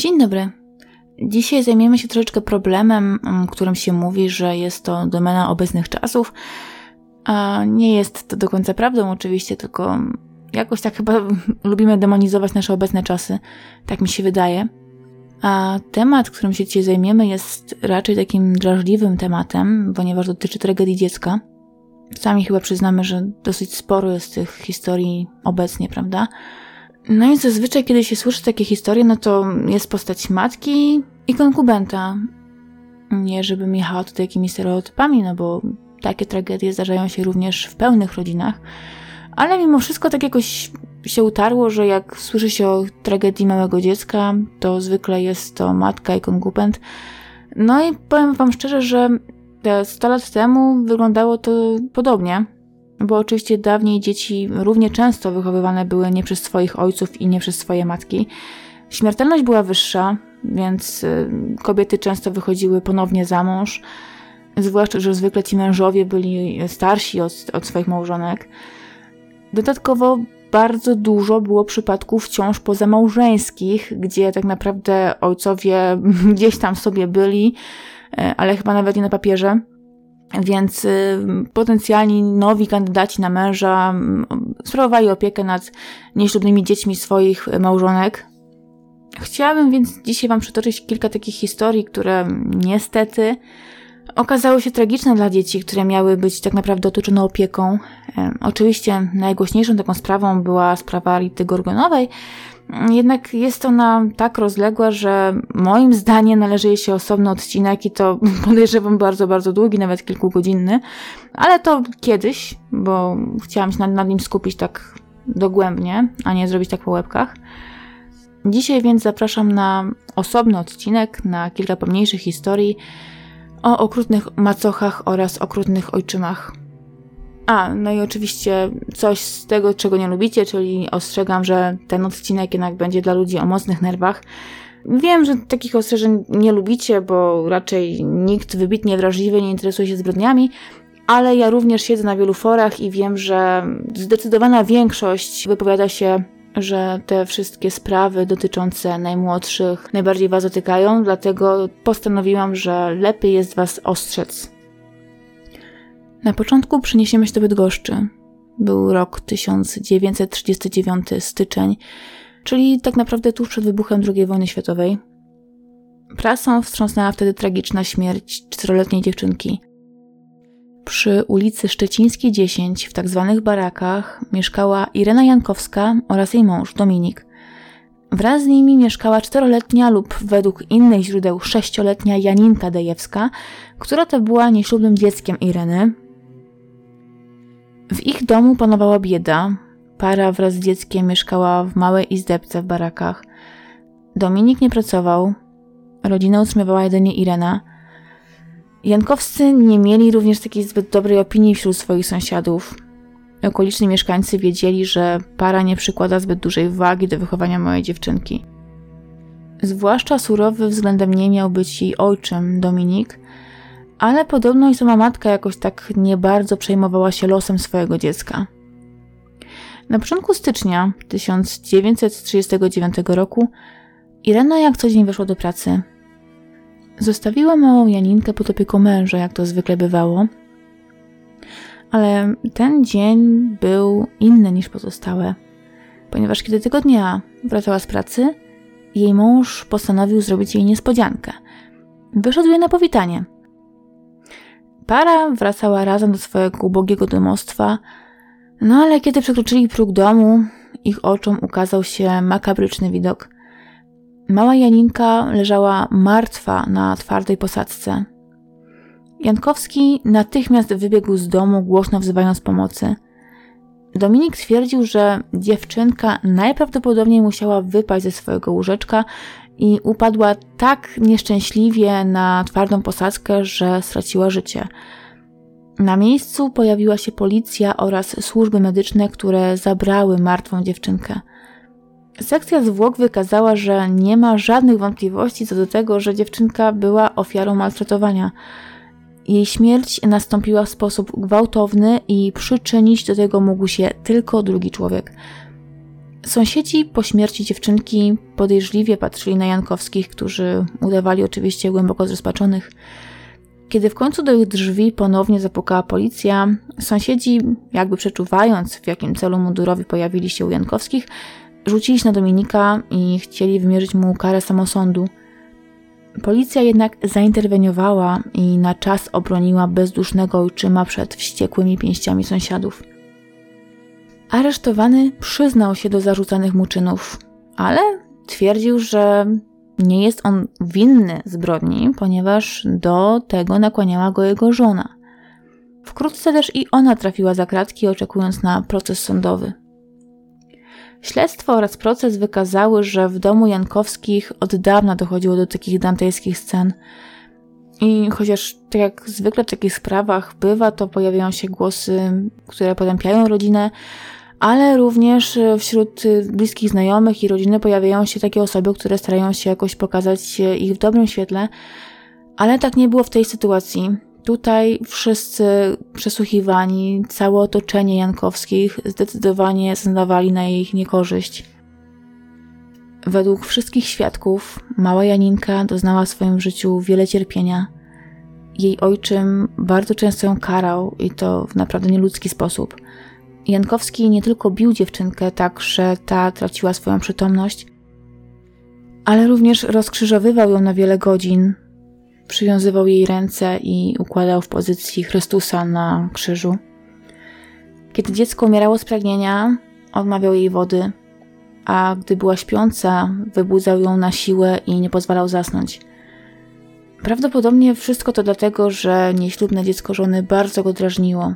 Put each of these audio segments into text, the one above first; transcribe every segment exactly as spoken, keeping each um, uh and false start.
Dzień dobry. Dzisiaj zajmiemy się troszeczkę problemem, którym się mówi, że jest to domena obecnych czasów, a nie jest to do końca prawdą oczywiście, tylko jakoś tak chyba lubimy demonizować nasze obecne czasy, tak mi się wydaje. A temat, którym się dzisiaj zajmiemy, jest raczej takim drażliwym tematem, ponieważ dotyczy tragedii dziecka. Sami chyba przyznamy, że dosyć sporo jest tych historii obecnie, prawda? No i zazwyczaj, kiedy się słyszy takie historie, no to jest postać matki i konkubenta. Nie żebym jechała tutaj jakimiś stereotypami, no bo takie tragedie zdarzają się również w pełnych rodzinach, ale mimo wszystko tak jakoś się utarło, że jak słyszy się o tragedii małego dziecka, to zwykle jest to matka i konkubent. No i powiem wam szczerze, że sto lat temu wyglądało to podobnie, bo oczywiście dawniej dzieci równie często wychowywane były nie przez swoich ojców i nie przez swoje matki. Śmiertelność była wyższa, więc kobiety często wychodziły ponownie za mąż, zwłaszcza, że zwykle ci mężowie byli starsi od, od swoich małżonek. Dodatkowo bardzo dużo było przypadków ciąż pozamałżeńskich, gdzie tak naprawdę ojcowie gdzieś tam sobie byli, ale chyba nawet nie na papierze. Więc potencjalni nowi kandydaci na męża sprawowali opiekę nad nieślubnymi dziećmi swoich małżonek. Chciałabym więc dzisiaj wam przytoczyć kilka takich historii, które niestety okazały się tragiczne dla dzieci, które miały być tak naprawdę otoczone opieką. Oczywiście najgłośniejszą taką sprawą była sprawa Rity Gorgonowej, jednak jest ona tak rozległa, że moim zdaniem należy jej się osobny odcinek i to podejrzewam bardzo, bardzo długi, nawet kilkugodzinny, ale to kiedyś, bo chciałam się nad, nad nim skupić tak dogłębnie, a nie zrobić tak po łebkach. Dzisiaj więc zapraszam na osobny odcinek, na kilka pomniejszych historii o okrutnych macochach oraz okrutnych ojczymach. A, no i oczywiście coś z tego, czego nie lubicie, czyli ostrzegam, że ten odcinek jednak będzie dla ludzi o mocnych nerwach. Wiem, że takich ostrzeżeń nie lubicie, bo raczej nikt wybitnie wrażliwy nie interesuje się zbrodniami, ale ja również siedzę na wielu forach i wiem, że zdecydowana większość wypowiada się, że te wszystkie sprawy dotyczące najmłodszych najbardziej was dotykają, dlatego postanowiłam, że lepiej jest was ostrzec. Na początku przeniesiemy się do Bydgoszczy. Był rok tysiąc dziewięćset trzydziesty dziewiąty, styczeń, czyli tak naprawdę tuż przed wybuchem drugiej wojny światowej. Prasą wstrząsnęła wtedy tragiczna śmierć czteroletniej dziewczynki. Przy ulicy Szczecińskiej dziesięć w tak zwanych barakach mieszkała Irena Jankowska oraz jej mąż Dominik. Wraz z nimi mieszkała czteroletnia lub według innych źródeł sześcioletnia Janinka Dejewska, która to była nieślubnym dzieckiem Ireny. W ich domu panowała bieda. Para wraz z dzieckiem mieszkała w małej izdebce w barakach. Dominik nie pracował. Rodzinę utrzymywała jedynie Irena. Jankowscy nie mieli również takiej zbyt dobrej opinii wśród swoich sąsiadów. Okoliczni mieszkańcy wiedzieli, że para nie przykłada zbyt dużej wagi do wychowania małej dziewczynki. Zwłaszcza surowy względem niej miał być jej ojczym, Dominik, ale podobno i sama matka jakoś tak nie bardzo przejmowała się losem swojego dziecka. Na początku stycznia tysiąc dziewięćset trzydziestego dziewiątego roku Irena jak co dzień weszła do pracy. Zostawiła małą Janinkę pod opieką męża, jak to zwykle bywało, ale ten dzień był inny niż pozostałe, ponieważ kiedy tego dnia wracała z pracy, jej mąż postanowił zrobić jej niespodziankę. Wyszedł jej na powitanie. Para wracała razem do swojego ubogiego domostwa, no ale kiedy przekroczyli próg domu, ich oczom ukazał się makabryczny widok. Mała Janinka leżała martwa na twardej posadzce. Jankowski natychmiast wybiegł z domu, głośno wzywając pomocy. Dominik twierdził, że dziewczynka najprawdopodobniej musiała wypaść ze swojego łóżeczka i upadła tak nieszczęśliwie na twardą posadzkę, że straciła życie. Na miejscu pojawiła się policja oraz służby medyczne, które zabrały martwą dziewczynkę. Sekcja zwłok wykazała, że nie ma żadnych wątpliwości co do tego, że dziewczynka była ofiarą maltretowania. Jej śmierć nastąpiła w sposób gwałtowny i przyczynić do tego mógł się tylko drugi człowiek. Sąsiedzi po śmierci dziewczynki podejrzliwie patrzyli na Jankowskich, którzy udawali oczywiście głęboko zrozpaczonych. Kiedy w końcu do ich drzwi ponownie zapukała policja, sąsiedzi, jakby przeczuwając, w jakim celu mundurowi pojawili się u Jankowskich, rzucili się na Dominika i chcieli wymierzyć mu karę samosądu. Policja jednak zainterweniowała i na czas obroniła bezdusznego ojczyma przed wściekłymi pięściami sąsiadów. Aresztowany przyznał się do zarzucanych mu czynów, ale twierdził, że nie jest on winny zbrodni, ponieważ do tego nakłaniała go jego żona. Wkrótce też i ona trafiła za kratki, oczekując na proces sądowy. Śledztwo oraz proces wykazały, że w domu Jankowskich od dawna dochodziło do takich dantejskich scen. I chociaż tak jak zwykle w takich sprawach bywa, to pojawiają się głosy, które potępiają rodzinę, ale również wśród bliskich znajomych i rodziny pojawiają się takie osoby, które starają się jakoś pokazać ich w dobrym świetle, ale tak nie było w tej sytuacji. Tutaj wszyscy przesłuchiwani, całe otoczenie Jankowskich zdecydowanie zdawali na ich niekorzyść. Według wszystkich świadków mała Janinka doznała w swoim życiu wiele cierpienia. Jej ojczym bardzo często ją karał i to w naprawdę nieludzki sposób. Jankowski nie tylko bił dziewczynkę tak, że ta traciła swoją przytomność, ale również rozkrzyżowywał ją na wiele godzin, przywiązywał jej ręce i układał w pozycji Chrystusa na krzyżu. Kiedy dziecko umierało z pragnienia, odmawiał jej wody, a gdy była śpiąca, wybudzał ją na siłę i nie pozwalał zasnąć. Prawdopodobnie wszystko to dlatego, że nieślubne dziecko żony bardzo go drażniło.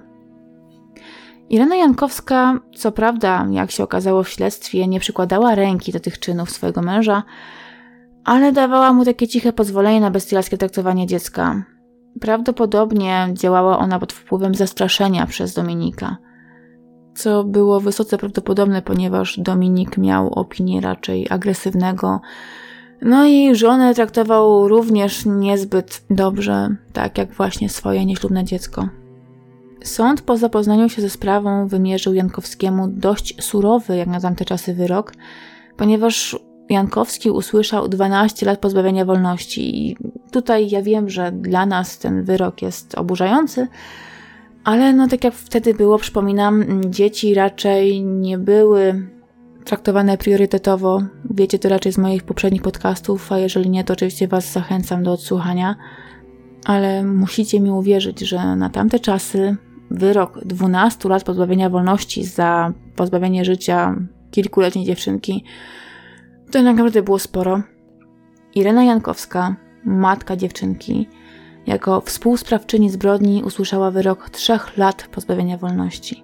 Irena Jankowska, co prawda, jak się okazało w śledztwie, nie przykładała ręki do tych czynów swojego męża, ale dawała mu takie ciche pozwolenie na bestialskie traktowanie dziecka. Prawdopodobnie działała ona pod wpływem zastraszenia przez Dominika, co było wysoce prawdopodobne, ponieważ Dominik miał opinię raczej agresywnego, no i żonę traktował również niezbyt dobrze, tak jak właśnie swoje nieślubne dziecko. Sąd po zapoznaniu się ze sprawą wymierzył Jankowskiemu dość surowy jak na tamte czasy wyrok, ponieważ Jankowski usłyszał dwanaście lat pozbawienia wolności i tutaj ja wiem, że dla nas ten wyrok jest oburzający, ale no tak jak wtedy było, przypominam, dzieci raczej nie były traktowane priorytetowo. Wiecie to raczej z moich poprzednich podcastów, a jeżeli nie, to oczywiście was zachęcam do odsłuchania, ale musicie mi uwierzyć, że na tamte czasy wyrok dwunastu lat pozbawienia wolności za pozbawienie życia kilkuletniej dziewczynki to naprawdę było sporo. Irena Jankowska, matka dziewczynki, jako współsprawczyni zbrodni usłyszała wyrok trzech lat pozbawienia wolności.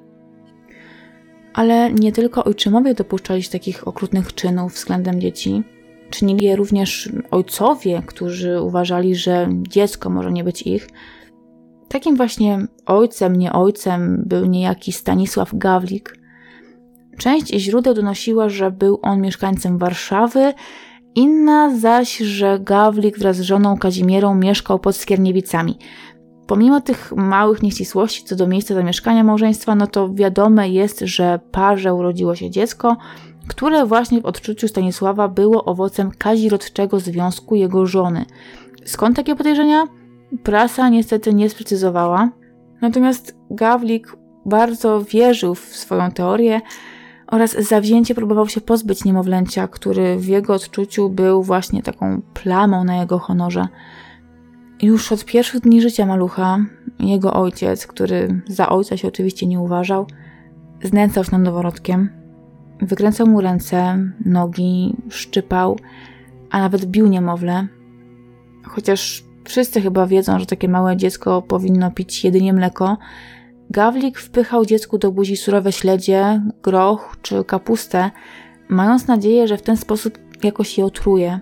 Ale nie tylko ojczymowie dopuszczali się takich okrutnych czynów względem dzieci. Czynili je również ojcowie, którzy uważali, że dziecko może nie być ich. Takim właśnie ojcem, nie ojcem był niejaki Stanisław Gawlik. Część źródeł donosiła, że był on mieszkańcem Warszawy, inna zaś, że Gawlik wraz z żoną Kazimierą mieszkał pod Skierniewicami. Pomimo tych małych nieścisłości co do miejsca zamieszkania małżeństwa, no to wiadome jest, że parze urodziło się dziecko, które właśnie w odczuciu Stanisława było owocem kazirodczego związku jego żony. Skąd takie podejrzenia? Prasa niestety nie sprecyzowała. Natomiast Gawlik bardzo wierzył w swoją teorię oraz zawzięcie próbował się pozbyć niemowlęcia, który w jego odczuciu był właśnie taką plamą na jego honorze. Już od pierwszych dni życia malucha jego ojciec, który za ojca się oczywiście nie uważał, znęcał się nad noworodkiem. Wykręcał mu ręce, nogi, szczypał, a nawet bił niemowlę. Chociaż wszyscy chyba wiedzą, że takie małe dziecko powinno pić jedynie mleko, Gawlik wpychał dziecku do buzi surowe śledzie, groch czy kapustę, mając nadzieję, że w ten sposób jakoś je otruje.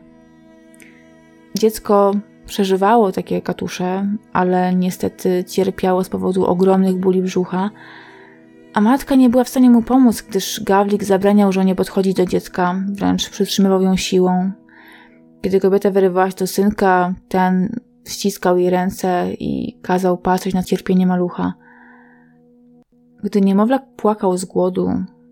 Dziecko przeżywało takie katusze, ale niestety cierpiało z powodu ogromnych bóli brzucha, a matka nie była w stanie mu pomóc, gdyż Gawlik zabraniał żonie podchodzić do dziecka, wręcz przytrzymywał ją siłą. Kiedy kobieta wyrywała się do synka, ten ściskał jej ręce i kazał patrzeć na cierpienie malucha. Gdy niemowlak płakał z głodu,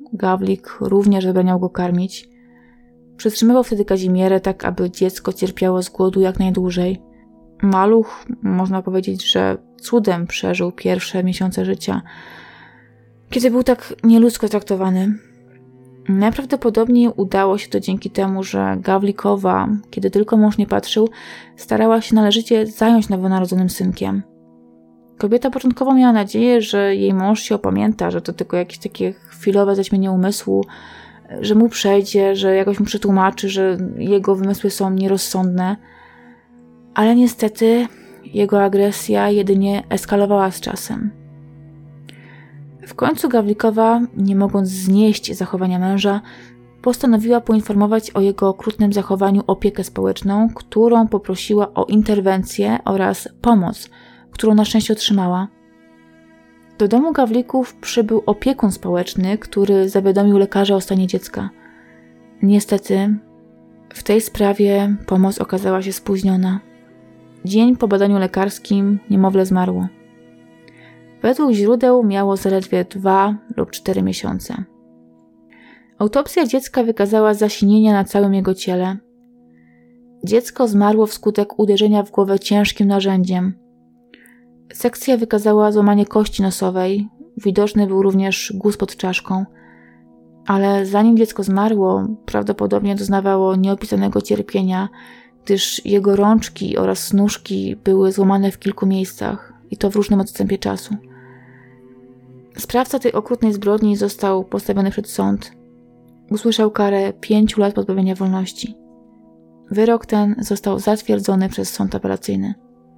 Gawlik również zabraniał go karmić. Przytrzymywał wtedy Kazimierę tak, aby dziecko cierpiało z głodu jak najdłużej. Maluch, można powiedzieć, że cudem przeżył pierwsze miesiące życia, kiedy był tak nieludzko traktowany. Najprawdopodobniej udało się to dzięki temu, że Gawlikowa, kiedy tylko mąż nie patrzył, starała się należycie zająć nowonarodzonym synkiem. Kobieta początkowo miała nadzieję, że jej mąż się opamięta, że to tylko jakieś takie chwilowe zaćmienie umysłu, że mu przejdzie, że jakoś mu przetłumaczy, że jego wymysły są nierozsądne. Ale niestety jego agresja jedynie eskalowała z czasem. W końcu Gawlikowa, nie mogąc znieść zachowania męża, postanowiła poinformować o jego okrutnym zachowaniu opiekę społeczną, którą poprosiła o interwencję oraz pomoc, którą na szczęście otrzymała. Do domu Gawlików przybył opiekun społeczny, który zawiadomił lekarzy o stanie dziecka. Niestety, w tej sprawie pomoc okazała się spóźniona. Dzień po badaniu lekarskim niemowlę zmarło. Według źródeł miało zaledwie dwa lub cztery miesiące. Autopsja dziecka wykazała zasinienia na całym jego ciele. Dziecko zmarło wskutek uderzenia w głowę ciężkim narzędziem. Sekcja wykazała złamanie kości nosowej, widoczny był również guz pod czaszką, ale zanim dziecko zmarło, prawdopodobnie doznawało nieopisanego cierpienia, gdyż jego rączki oraz nóżki były złamane w kilku miejscach i to w różnym odstępie czasu. Sprawca tej okrutnej zbrodni został postawiony przed sąd. Usłyszał karę pięciu lat pozbawienia wolności. Wyrok ten został zatwierdzony przez sąd apelacyjny.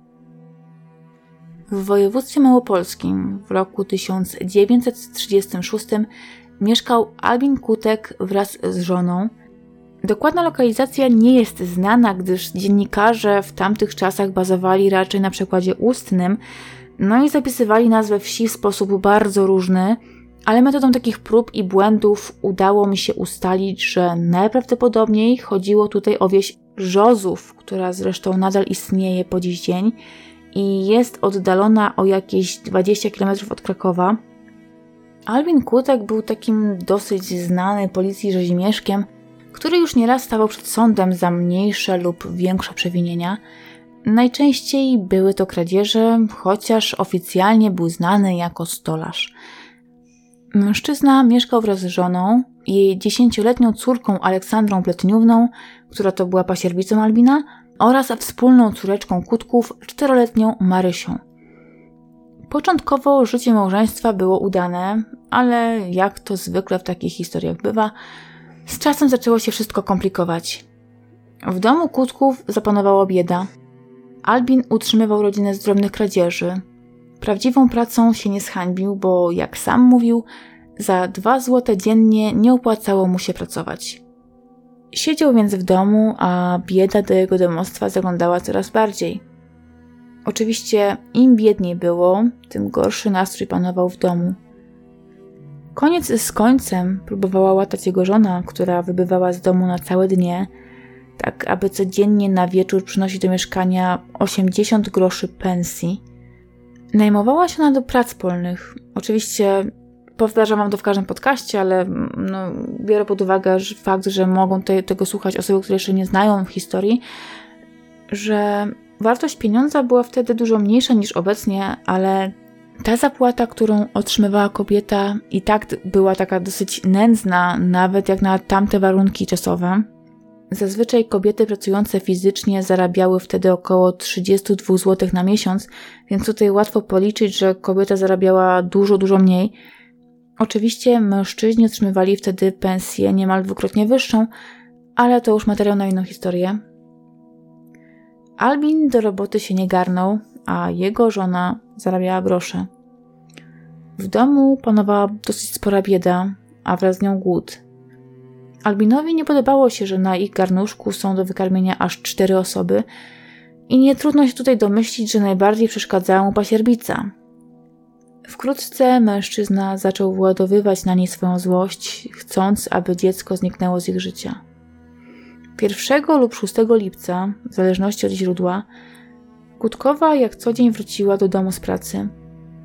W województwie małopolskim w roku tysiąc dziewięćset trzydziestym szóstym mieszkał Albin Kutek wraz z żoną. Dokładna lokalizacja nie jest znana, gdyż dziennikarze w tamtych czasach bazowali raczej na przekładzie ustnym, no i zapisywali nazwę wsi w sposób bardzo różny, ale metodą takich prób i błędów udało mi się ustalić, że najprawdopodobniej chodziło tutaj o wieś Żozów, która zresztą nadal istnieje po dziś dzień i jest oddalona o jakieś dwadzieścia kilometrów od Krakowa. Albin Kutek był takim dosyć znany policji rzezimieszkiem, który już nieraz stawał przed sądem za mniejsze lub większe przewinienia. Najczęściej były to kradzieże, chociaż oficjalnie był znany jako stolarz. Mężczyzna mieszkał wraz z żoną, jej dziesięcioletnią córką Aleksandrą Pletniówną, która to była pasierbicą Albina, oraz wspólną córeczką Kutków, czteroletnią Marysią. Początkowo życie małżeństwa było udane, ale jak to zwykle w takich historiach bywa, z czasem zaczęło się wszystko komplikować. W domu Kutków zapanowała bieda. Albin utrzymywał rodzinę z drobnych kradzieży. Prawdziwą pracą się nie zhańbił, bo jak sam mówił, za dwa złote dziennie nie opłacało mu się pracować. Siedział więc w domu, a bieda do jego domostwa zaglądała coraz bardziej. Oczywiście im biedniej było, tym gorszy nastrój panował w domu. Koniec z końcem próbowała łatać jego żona, która wybywała z domu na całe dnie, tak aby codziennie na wieczór przynosić do mieszkania osiemdziesiąt groszy pensji. Najmowała się ona do prac polnych. Oczywiście powtarzam wam to w każdym podcaście, ale no, biorę pod uwagę że fakt, że mogą te, tego słuchać osoby, które jeszcze nie znają historii, że wartość pieniądza była wtedy dużo mniejsza niż obecnie, ale ta zapłata, którą otrzymywała kobieta, i tak była taka dosyć nędzna, nawet jak na tamte warunki czasowe. Zazwyczaj kobiety pracujące fizycznie zarabiały wtedy około trzydzieści dwa złote na miesiąc, więc tutaj łatwo policzyć, że kobieta zarabiała dużo, dużo mniej. Oczywiście mężczyźni otrzymywali wtedy pensję niemal dwukrotnie wyższą, ale to już materiał na inną historię. Albin do roboty się nie garnął, a jego żona zarabiała grosze. W domu panowała dosyć spora bieda, a wraz z nią głód. Albinowi nie podobało się, że na ich garnuszku są do wykarmienia aż cztery osoby i nie trudno się tutaj domyślić, że najbardziej przeszkadzała mu pasierbica. Wkrótce mężczyzna zaczął wyładowywać na niej swoją złość, chcąc, aby dziecko zniknęło z ich życia. Pierwszego lub szóstego lipca, w zależności od źródła, Kutkowa jak co dzień wróciła do domu z pracy.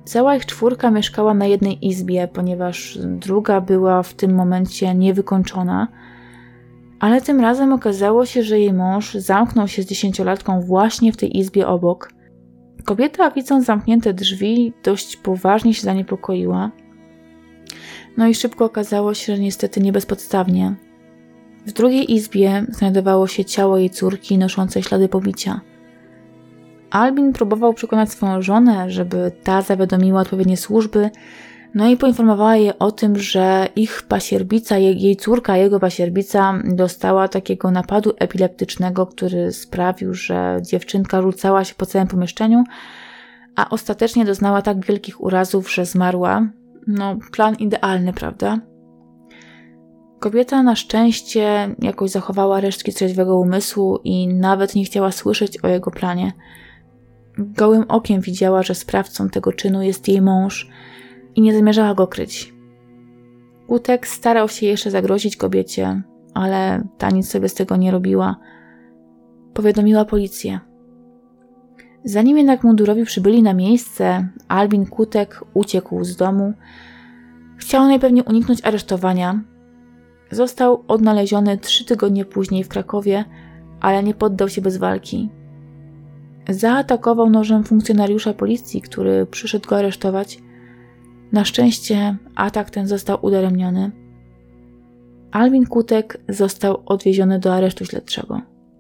Cała ich czwórka mieszkała na jednej izbie, ponieważ druga była w tym momencie niewykończona, ale tym razem okazało się, że jej mąż zamknął się z dziesięciolatką właśnie w tej izbie obok. Kobieta, widząc zamknięte drzwi, dość poważnie się zaniepokoiła. No i szybko okazało się, że niestety nie bezpodstawnie. W drugiej izbie znajdowało się ciało jej córki noszące ślady pobicia. Albin próbował przekonać swoją żonę, żeby ta zawiadomiła odpowiednie służby, no i poinformowała je o tym, że ich pasierbica, jej córka, jego pasierbica dostała takiego napadu epileptycznego, który sprawił, że dziewczynka rzucała się po całym pomieszczeniu, a ostatecznie doznała tak wielkich urazów, że zmarła. No, plan idealny, prawda? Kobieta na szczęście jakoś zachowała resztki trzeźwego umysłu i nawet nie chciała słyszeć o jego planie. Gołym okiem widziała, że sprawcą tego czynu jest jej mąż i nie zamierzała go kryć. Kutek starał się jeszcze zagrozić kobiecie, ale ta nic sobie z tego nie robiła. Powiadomiła policję. Zanim jednak mundurowi przybyli na miejsce, Albin Kutek uciekł z domu. Chciał najpewniej uniknąć aresztowania. Został odnaleziony trzy tygodnie później w Krakowie, ale nie poddał się bez walki. Zaatakował nożem funkcjonariusza policji, który przyszedł go aresztować. Na szczęście atak ten został udaremniony. Albin Kutek został odwieziony do aresztu śledczego.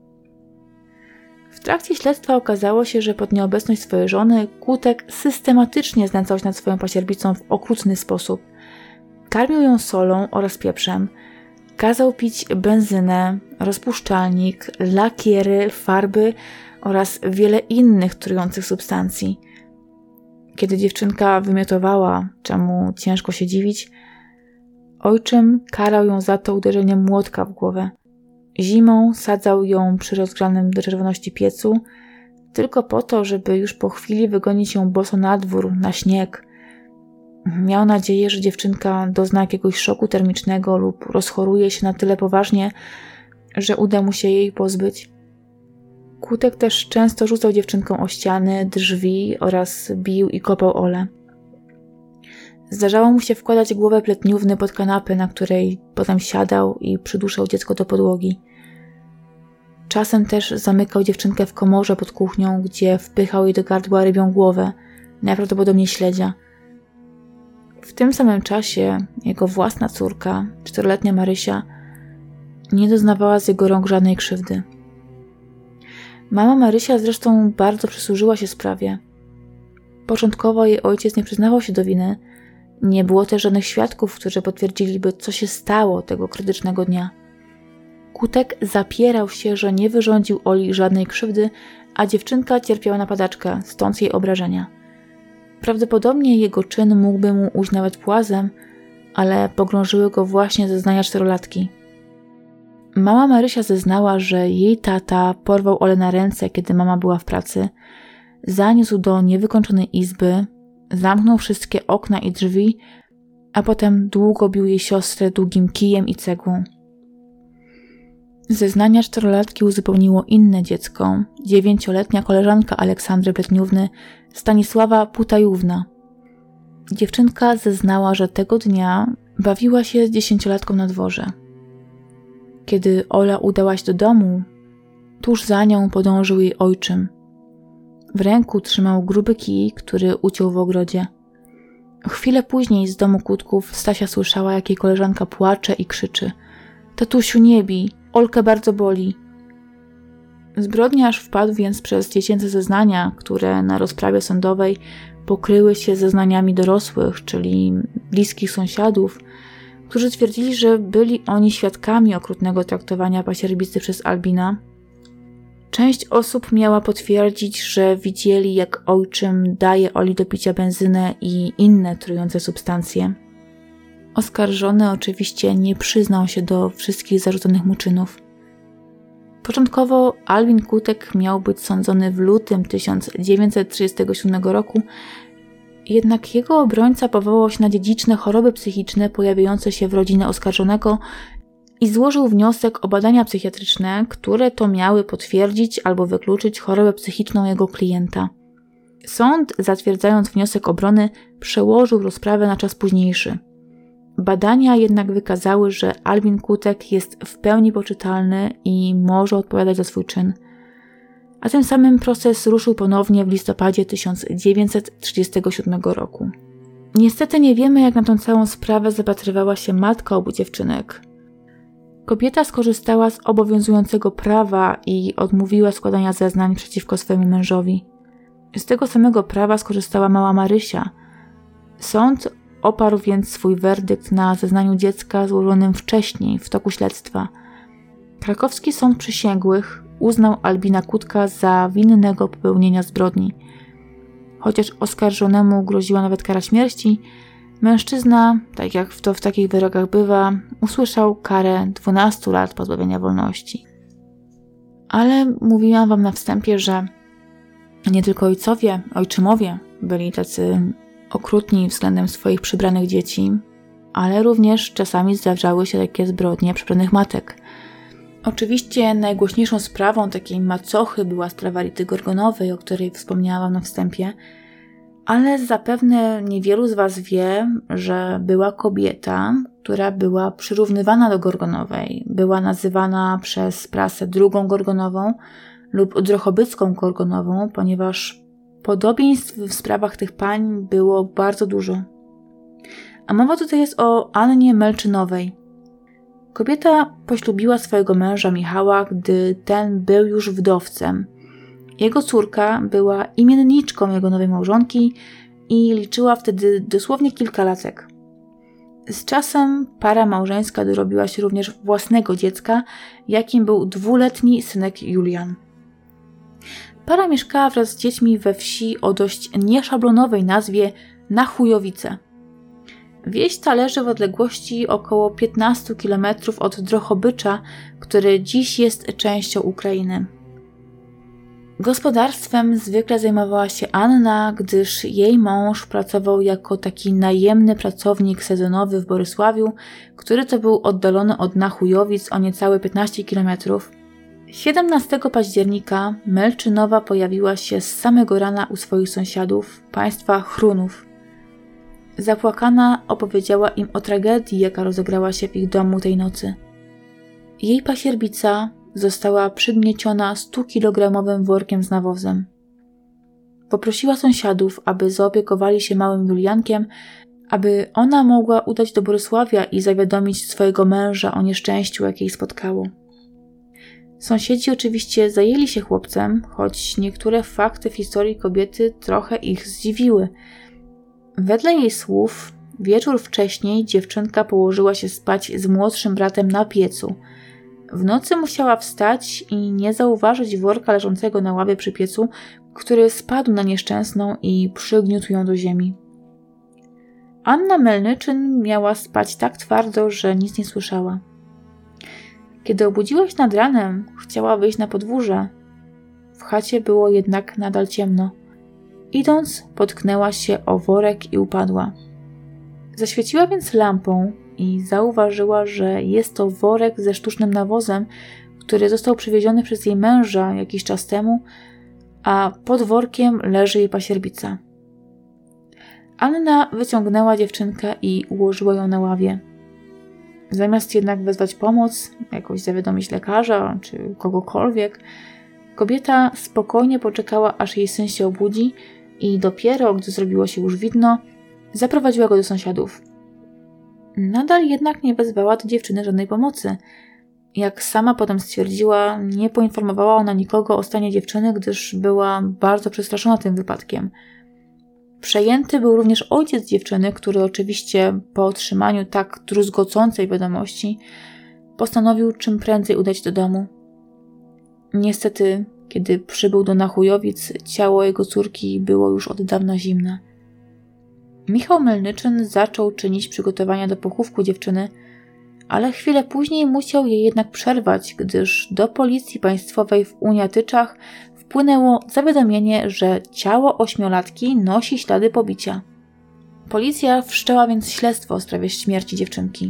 W trakcie śledztwa okazało się, że pod nieobecność swojej żony Kutek systematycznie znęcał się nad swoją pasierbicą w okrutny sposób. Karmił ją solą oraz pieprzem. Kazał pić benzynę, rozpuszczalnik, lakiery, farby oraz wiele innych trujących substancji. Kiedy dziewczynka wymiotowała, czemu ciężko się dziwić, ojczym karał ją za to uderzeniem młotka w głowę. Zimą sadzał ją przy rozgrzanym do czerwoności piecu, tylko po to, żeby już po chwili wygonić ją boso na dwór, na śnieg. Miał nadzieję, że dziewczynka dozna jakiegoś szoku termicznego lub rozchoruje się na tyle poważnie, że uda mu się jej pozbyć. Kutek też często rzucał dziewczynką o ściany, drzwi oraz bił i kopał Olę. Zdarzało mu się wkładać głowę pletniówny pod kanapę, na której potem siadał i przyduszał dziecko do podłogi. Czasem też zamykał dziewczynkę w komorze pod kuchnią, gdzie wpychał jej do gardła rybią głowę, najprawdopodobniej śledzia. W tym samym czasie jego własna córka, czteroletnia Marysia, nie doznawała z jego rąk żadnej krzywdy. Mama Marysia zresztą bardzo przysłużyła się sprawie. Początkowo jej ojciec nie przyznawał się do winy. Nie było też żadnych świadków, którzy potwierdziliby, co się stało tego krytycznego dnia. Kutek zapierał się, że nie wyrządził Oli żadnej krzywdy, a dziewczynka cierpiała na padaczkę, stąd jej obrażenia. Prawdopodobnie jego czyn mógłby mu ujść nawet płazem, ale pogrążyły go właśnie zeznania czterolatki. Mama Marysia zeznała, że jej tata porwał Olę na ręce, kiedy mama była w pracy, zaniósł do niewykończonej izby, zamknął wszystkie okna i drzwi, a potem długo bił jej siostrę długim kijem i cegłą. Zeznania czterolatki uzupełniło inne dziecko, dziewięcioletnia koleżanka Aleksandry Pletniówny, Stanisława Putajówna. Dziewczynka zeznała, że tego dnia bawiła się z dziesięciolatką na dworze. Kiedy Ola udała się do domu, tuż za nią podążył jej ojczym. W ręku trzymał gruby kij, który uciął w ogrodzie. Chwilę później z domu Kutków Stasia słyszała, jak jej koleżanka płacze i krzyczy: „Tatusiu, nie bij, Olkę bardzo boli”. Zbrodniarz wpadł więc przez dziecięce zeznania, które na rozprawie sądowej pokryły się zeznaniami dorosłych, czyli bliskich sąsiadów, którzy twierdzili, że byli oni świadkami okrutnego traktowania pasierbicy przez Albina. Część osób miała potwierdzić, że widzieli, jak ojczym daje Oli do picia benzynę i inne trujące substancje. Oskarżony oczywiście nie przyznał się do wszystkich zarzuconych mu czynów. Początkowo Albin Kutek miał być sądzony w lutym tysiąc dziewięćset trzydziestego siódmego roku, jednak jego obrońca powołał się na dziedziczne choroby psychiczne pojawiające się w rodzinie oskarżonego i złożył wniosek o badania psychiatryczne, które to miały potwierdzić albo wykluczyć chorobę psychiczną jego klienta. Sąd, zatwierdzając wniosek obrony, przełożył rozprawę na czas późniejszy. Badania jednak wykazały, że Albin Kutek jest w pełni poczytalny i może odpowiadać za swój czyn. A tym samym proces ruszył ponownie w listopadzie tysiąc dziewięćset trzydziestego siódmego roku. Niestety nie wiemy, jak na tą całą sprawę zapatrywała się matka obu dziewczynek. Kobieta skorzystała z obowiązującego prawa i odmówiła składania zeznań przeciwko swojemu mężowi. Z tego samego prawa skorzystała mała Marysia. Sąd oparł więc swój werdykt na zeznaniu dziecka złożonym wcześniej w toku śledztwa. Krakowski Sąd Przysięgłych uznał Albina Kutka za winnego popełnienia zbrodni. Chociaż oskarżonemu groziła nawet kara śmierci, mężczyzna, tak jak to w takich wyrokach bywa, usłyszał karę dwunastu lat pozbawienia wolności. Ale mówiłam wam na wstępie, że nie tylko ojcowie, ojczymowie byli tacy okrutni względem swoich przybranych dzieci, ale również czasami zdarzały się takie zbrodnie przybranych matek. Oczywiście najgłośniejszą sprawą takiej macochy była sprawa Rity Gorgonowej, o której wspomniałam na wstępie, ale zapewne niewielu z was wie, że była kobieta, która była przyrównywana do Gorgonowej. Była nazywana przez prasę drugą Gorgonową lub drochobycką Gorgonową, ponieważ podobieństw w sprawach tych pań było bardzo dużo. A mowa tutaj jest o Annie Melczynowej. Kobieta poślubiła swojego męża Michała, gdy ten był już wdowcem. Jego córka była imienniczką jego nowej małżonki i liczyła wtedy dosłownie kilka latek. Z czasem para małżeńska dorobiła się również własnego dziecka, jakim był dwuletni synek Julian. Para mieszkała wraz z dziećmi we wsi o dość nieszablonowej nazwie Nachujowice. Wieś ta leży w odległości około piętnastu kilometrów od Drohobycza, który dziś jest częścią Ukrainy. Gospodarstwem zwykle zajmowała się Anna, gdyż jej mąż pracował jako taki najemny pracownik sezonowy w Borysławiu, który to był oddalony od Nachujowic o niecałe piętnaście kilometrów. siedemnastego października Melczynowa pojawiła się z samego rana u swoich sąsiadów, państwa Chrunów. Zapłakana opowiedziała im o tragedii, jaka rozegrała się w ich domu tej nocy. Jej pasierbica została przygnieciona stokilogramowym workiem z nawozem. Poprosiła sąsiadów, aby zaopiekowali się małym Juliankiem, aby ona mogła udać do Borysławia i zawiadomić swojego męża o nieszczęściu, jakie jej spotkało. Sąsiedzi oczywiście zajęli się chłopcem, choć niektóre fakty w historii kobiety trochę ich zdziwiły. Wedle jej słów, wieczór wcześniej dziewczynka położyła się spać z młodszym bratem na piecu. W nocy musiała wstać i nie zauważyć worka leżącego na ławie przy piecu, który spadł na nieszczęsną i przygniótł ją do ziemi. Anna Melnyczyn miała spać tak twardo, że nic nie słyszała. Kiedy obudziła się nad ranem, chciała wyjść na podwórze. W chacie było jednak nadal ciemno. Idąc, potknęła się o worek i upadła. Zaświeciła więc lampą i zauważyła, że jest to worek ze sztucznym nawozem, który został przywieziony przez jej męża jakiś czas temu, a pod workiem leży jej pasierbica. Anna wyciągnęła dziewczynkę i ułożyła ją na ławie. Zamiast jednak wezwać pomoc, jakoś zawiadomić lekarza czy kogokolwiek, kobieta spokojnie poczekała, aż jej syn się obudzi i dopiero, gdy zrobiło się już widno, zaprowadziła go do sąsiadów. Nadal jednak nie wezwała do dziewczyny żadnej pomocy. Jak sama potem stwierdziła, nie poinformowała ona nikogo o stanie dziewczyny, gdyż była bardzo przestraszona tym wypadkiem. Przejęty był też ojciec dziewczyny, który oczywiście po otrzymaniu tak druzgocącej wiadomości postanowił czym prędzej udać do domu. Niestety, kiedy przybył do Nachujowic, ciało jego córki było już od dawna zimne. Michał Melnyczyn zaczął czynić przygotowania do pochówku dziewczyny, ale chwilę później musiał je jednak przerwać, gdyż do Policji Państwowej w Uniatyczach wpłynęło zawiadomienie, że ciało ośmiolatki nosi ślady pobicia. Policja wszczęła więc śledztwo w sprawie śmierci dziewczynki.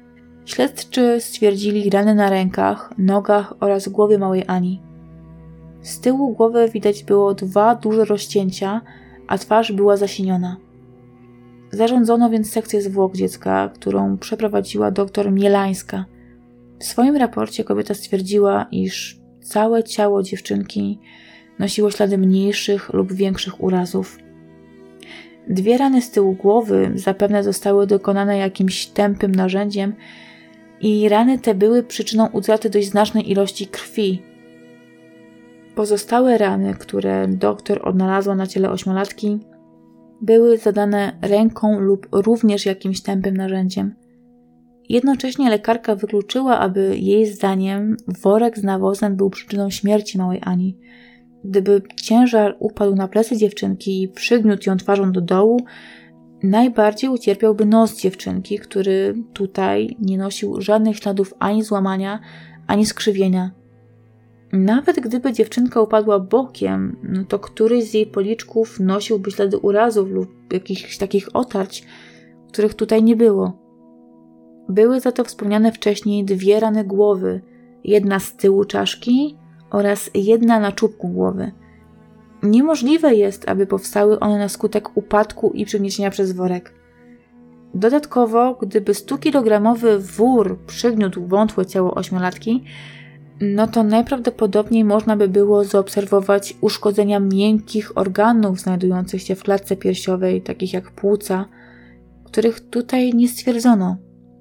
Śledczy stwierdzili rany na rękach, nogach oraz głowie małej Ani. Z tyłu głowy widać było dwa duże rozcięcia, a twarz była zasiniona. Zarządzono więc sekcję zwłok dziecka, którą przeprowadziła doktor Mielańska. W swoim raporcie kobieta stwierdziła, iż całe ciało dziewczynki nosiło ślady mniejszych lub większych urazów. Dwie rany z tyłu głowy zapewne zostały dokonane jakimś tępym narzędziem i rany te były przyczyną utraty dość znacznej ilości krwi. Pozostałe rany, które doktor odnalazła na ciele ośmiolatki, były zadane ręką lub również jakimś tępym narzędziem. Jednocześnie lekarka wykluczyła, aby jej zdaniem worek z nawozem był przyczyną śmierci małej Ani. Gdyby ciężar upadł na plecy dziewczynki i przygniótł ją twarzą do dołu, najbardziej ucierpiałby nos dziewczynki, który tutaj nie nosił żadnych śladów ani złamania, ani skrzywienia. Nawet gdyby dziewczynka upadła bokiem, no to któryś z jej policzków nosiłby ślady urazów lub jakichś takich otarć, których tutaj nie było. Były za to wspomniane wcześniej dwie rany głowy, jedna z tyłu czaszki oraz jedna na czubku głowy. Niemożliwe jest, aby powstały one na skutek upadku i przygniecienia przez worek. Dodatkowo, gdyby stukilogramowy wór przygniótł wątłe ciało ośmiolatki, no to najprawdopodobniej można by było zaobserwować uszkodzenia miękkich organów znajdujących się w klatce piersiowej, takich jak płuca, których tutaj nie stwierdzono.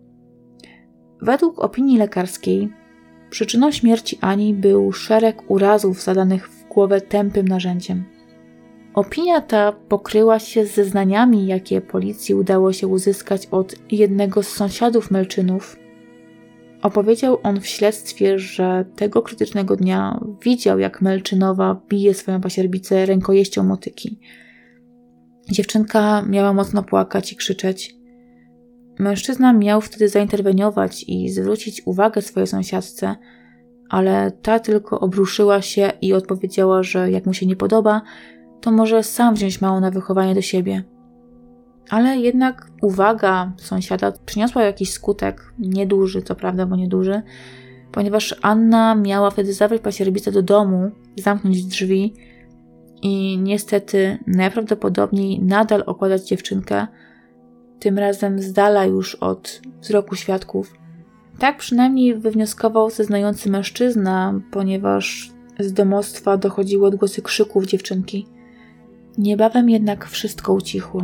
Według opinii lekarskiej przyczyną śmierci Ani był szereg urazów zadanych w głowę tępym narzędziem. Opinia ta pokryła się z zeznaniami, jakie policji udało się uzyskać od jednego z sąsiadów Melczynów. Opowiedział on w śledztwie, że tego krytycznego dnia widział, jak Melczynowa bije swoją pasierbicę rękojeścią motyki. Dziewczynka miała mocno płakać i krzyczeć. Mężczyzna miał wtedy zainterweniować i zwrócić uwagę swojej sąsiadce, ale ta tylko obruszyła się i odpowiedziała, że jak mu się nie podoba, to może sam wziąć małą na wychowanie do siebie. Ale jednak uwaga sąsiada przyniosła jakiś skutek, nieduży, co prawda, bo nieduży, ponieważ Anna miała wtedy zabrać pasierbicę do domu, zamknąć drzwi i niestety najprawdopodobniej nadal okładać dziewczynkę, tym razem z dala już od wzroku świadków. Tak przynajmniej wywnioskował zeznający mężczyzna, ponieważ z domostwa dochodziły odgłosy krzyków dziewczynki. Niebawem jednak wszystko ucichło.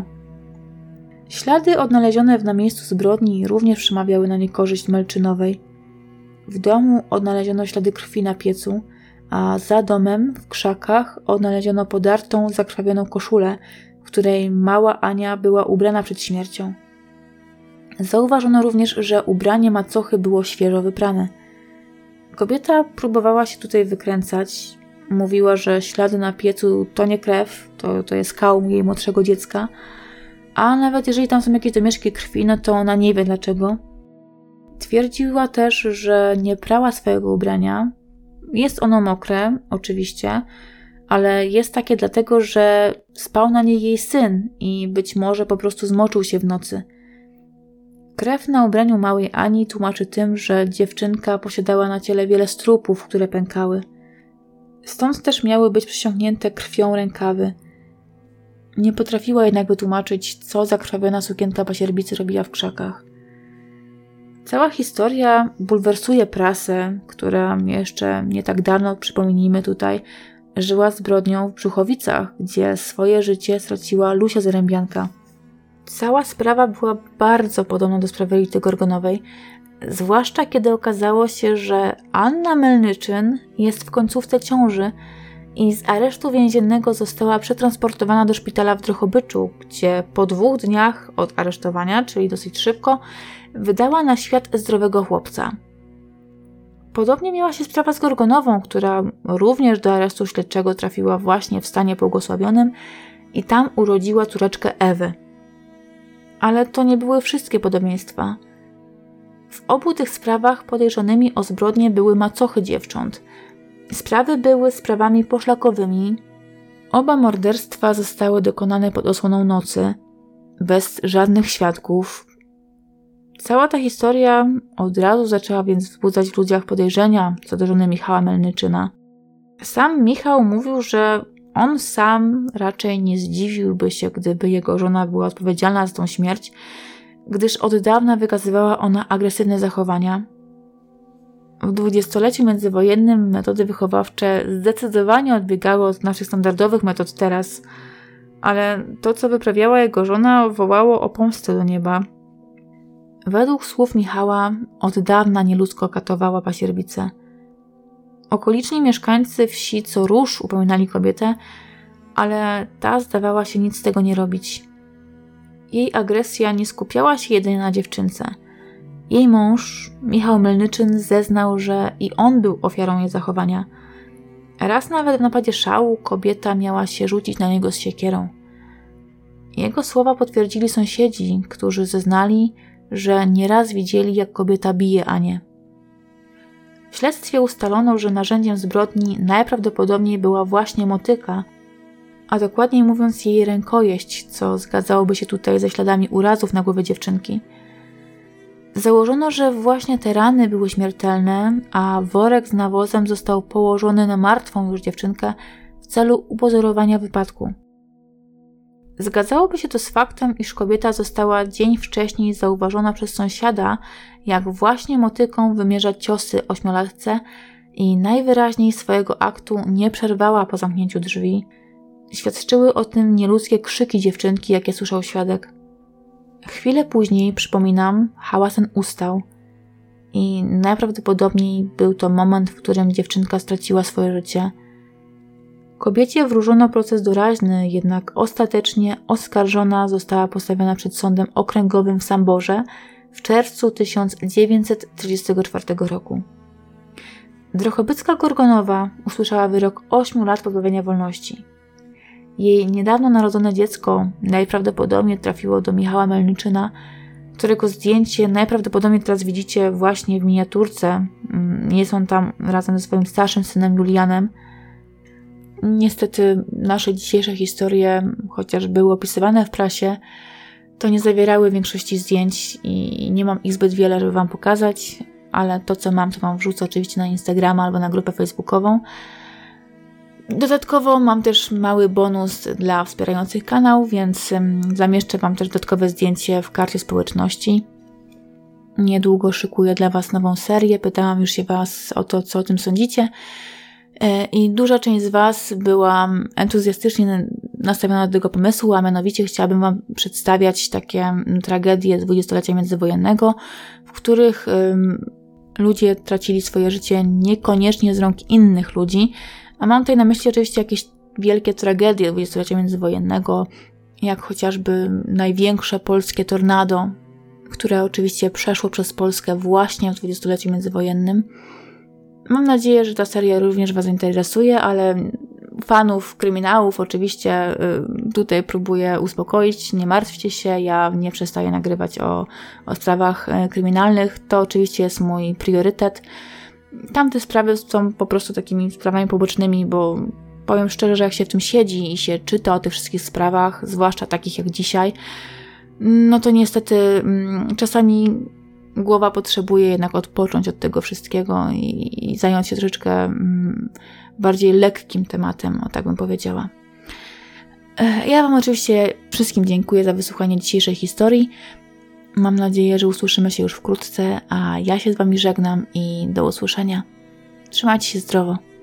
Ślady odnalezione na miejscu zbrodni również przemawiały na niekorzyść Melczynowej. W domu odnaleziono ślady krwi na piecu, a za domem, w krzakach, odnaleziono podartą, zakrwawioną koszulę, w której mała Ania była ubrana przed śmiercią. Zauważono również, że ubranie macochy było świeżo wyprane. Kobieta próbowała się tutaj wykręcać. Mówiła, że ślady na piecu to nie krew, to, to jest kałm jej młodszego dziecka, a nawet jeżeli tam są jakieś domieszki krwi, no to ona nie wie dlaczego. Twierdziła też, że nie prała swojego ubrania. Jest ono mokre, oczywiście, ale jest takie dlatego, że spał na niej jej syn i być może po prostu zmoczył się w nocy. Krew na ubraniu małej Ani tłumaczy tym, że dziewczynka posiadała na ciele wiele strupów, które pękały. Stąd też miały być przesiąknięte krwią rękawy. Nie potrafiła jednak wytłumaczyć, co zakrwawiona sukienka pasierbicy robiła w krzakach. Cała historia bulwersuje prasę, która jeszcze nie tak dawno, przypomnijmy tutaj, żyła zbrodnią w Brzuchowicach, gdzie swoje życie straciła Lucia Zarębianka. Cała sprawa była bardzo podobna do sprawy Elity Gorgonowej, zwłaszcza kiedy okazało się, że Anna Melnyczyn jest w końcówce ciąży i z aresztu więziennego została przetransportowana do szpitala w Drohobyczu, gdzie po dwóch dniach od aresztowania, czyli dosyć szybko, wydała na świat zdrowego chłopca. Podobnie miała się sprawa z Gorgonową, która również do aresztu śledczego trafiła właśnie w stanie błogosławionym i tam urodziła córeczkę Ewy. Ale to nie były wszystkie podobieństwa. W obu tych sprawach podejrzanymi o zbrodnię były macochy dziewcząt. Sprawy były sprawami poszlakowymi. Oba morderstwa zostały dokonane pod osłoną nocy, bez żadnych świadków. Cała ta historia od razu zaczęła więc wzbudzać w ludziach podejrzenia co do żony Michała Melnyczyna. Sam Michał mówił, że on sam raczej nie zdziwiłby się, gdyby jego żona była odpowiedzialna za tą śmierć, gdyż od dawna wykazywała ona agresywne zachowania. W dwudziestoleciu międzywojennym metody wychowawcze zdecydowanie odbiegały od naszych standardowych metod teraz, ale to, co wyprawiała jego żona, wołało o pomstę do nieba. Według słów Michała od dawna nieludzko katowała pasierbicę. Okoliczni mieszkańcy wsi co rusz upominali kobietę, ale ta zdawała się nic z tego nie robić. Jej agresja nie skupiała się jedynie na dziewczynce. Jej mąż, Michał Melnyczyn, zeznał, że i on był ofiarą jej zachowania. Raz nawet w napadzie szału kobieta miała się rzucić na niego z siekierą. Jego słowa potwierdzili sąsiedzi, którzy zeznali, że nieraz widzieli, jak kobieta bije Anię. W śledztwie ustalono, że narzędziem zbrodni najprawdopodobniej była właśnie motyka, a dokładniej mówiąc jej rękojeść, co zgadzałoby się tutaj ze śladami urazów na głowie dziewczynki. Założono, że właśnie te rany były śmiertelne, a worek z nawozem został położony na martwą już dziewczynkę w celu upozorowania wypadku. Zgadzałoby się to z faktem, iż kobieta została dzień wcześniej zauważona przez sąsiada, jak właśnie motyką wymierza ciosy ośmiolatce i najwyraźniej swojego aktu nie przerwała po zamknięciu drzwi. Świadczyły o tym nieludzkie krzyki dziewczynki, jakie słyszał świadek. Chwilę później, przypominam, hałas ten ustał i najprawdopodobniej był to moment, w którym dziewczynka straciła swoje życie. Kobiecie wróżono proces doraźny, jednak ostatecznie oskarżona została postawiona przed sądem okręgowym w Samborze w czerwcu tysiąc dziewięćset trzydziestego czwartego roku. Drochobycka Gorgonowa usłyszała wyrok ośmiu lat pozbawienia wolności. Jej niedawno narodzone dziecko najprawdopodobniej trafiło do Michała Melnyczyna, którego zdjęcie najprawdopodobniej teraz widzicie właśnie w miniaturce. Jest on tam razem ze swoim starszym synem Julianem. Niestety nasze dzisiejsze historie, chociaż były opisywane w prasie, to nie zawierały większości zdjęć i nie mam ich zbyt wiele, żeby wam pokazać, ale to, co mam, to wam wrzucę oczywiście na Instagrama albo na grupę facebookową. Dodatkowo mam też mały bonus dla wspierających kanał, więc zamieszczę wam też dodatkowe zdjęcie w karcie społeczności. Niedługo szykuję dla was nową serię, pytałam już się was o to, co o tym sądzicie. I duża część z was była entuzjastycznie nastawiona do tego pomysłu, a mianowicie chciałabym wam przedstawiać takie tragedie dwudziestolecia międzywojennego, w których um, ludzie tracili swoje życie niekoniecznie z rąk innych ludzi, a mam tutaj na myśli oczywiście jakieś wielkie tragedie dwudziestolecia międzywojennego, jak chociażby największe polskie tornado, które oczywiście przeszło przez Polskę właśnie w dwudziestoleciu międzywojennym. Mam nadzieję, że ta seria również was zainteresuje, ale fanów kryminałów oczywiście tutaj próbuję uspokoić. Nie martwcie się, ja nie przestaję nagrywać o, o sprawach kryminalnych. To oczywiście jest mój priorytet. Tamte sprawy są po prostu takimi sprawami pobocznymi, bo powiem szczerze, że jak się w tym siedzi i się czyta o tych wszystkich sprawach, zwłaszcza takich jak dzisiaj, no to niestety mm, czasami głowa potrzebuje jednak odpocząć od tego wszystkiego i, i zająć się troszeczkę mm, bardziej lekkim tematem, o tak bym powiedziała. Ja wam oczywiście wszystkim dziękuję za wysłuchanie dzisiejszej historii. Mam nadzieję, że usłyszymy się już wkrótce, a ja się z wami żegnam i do usłyszenia. Trzymajcie się zdrowo.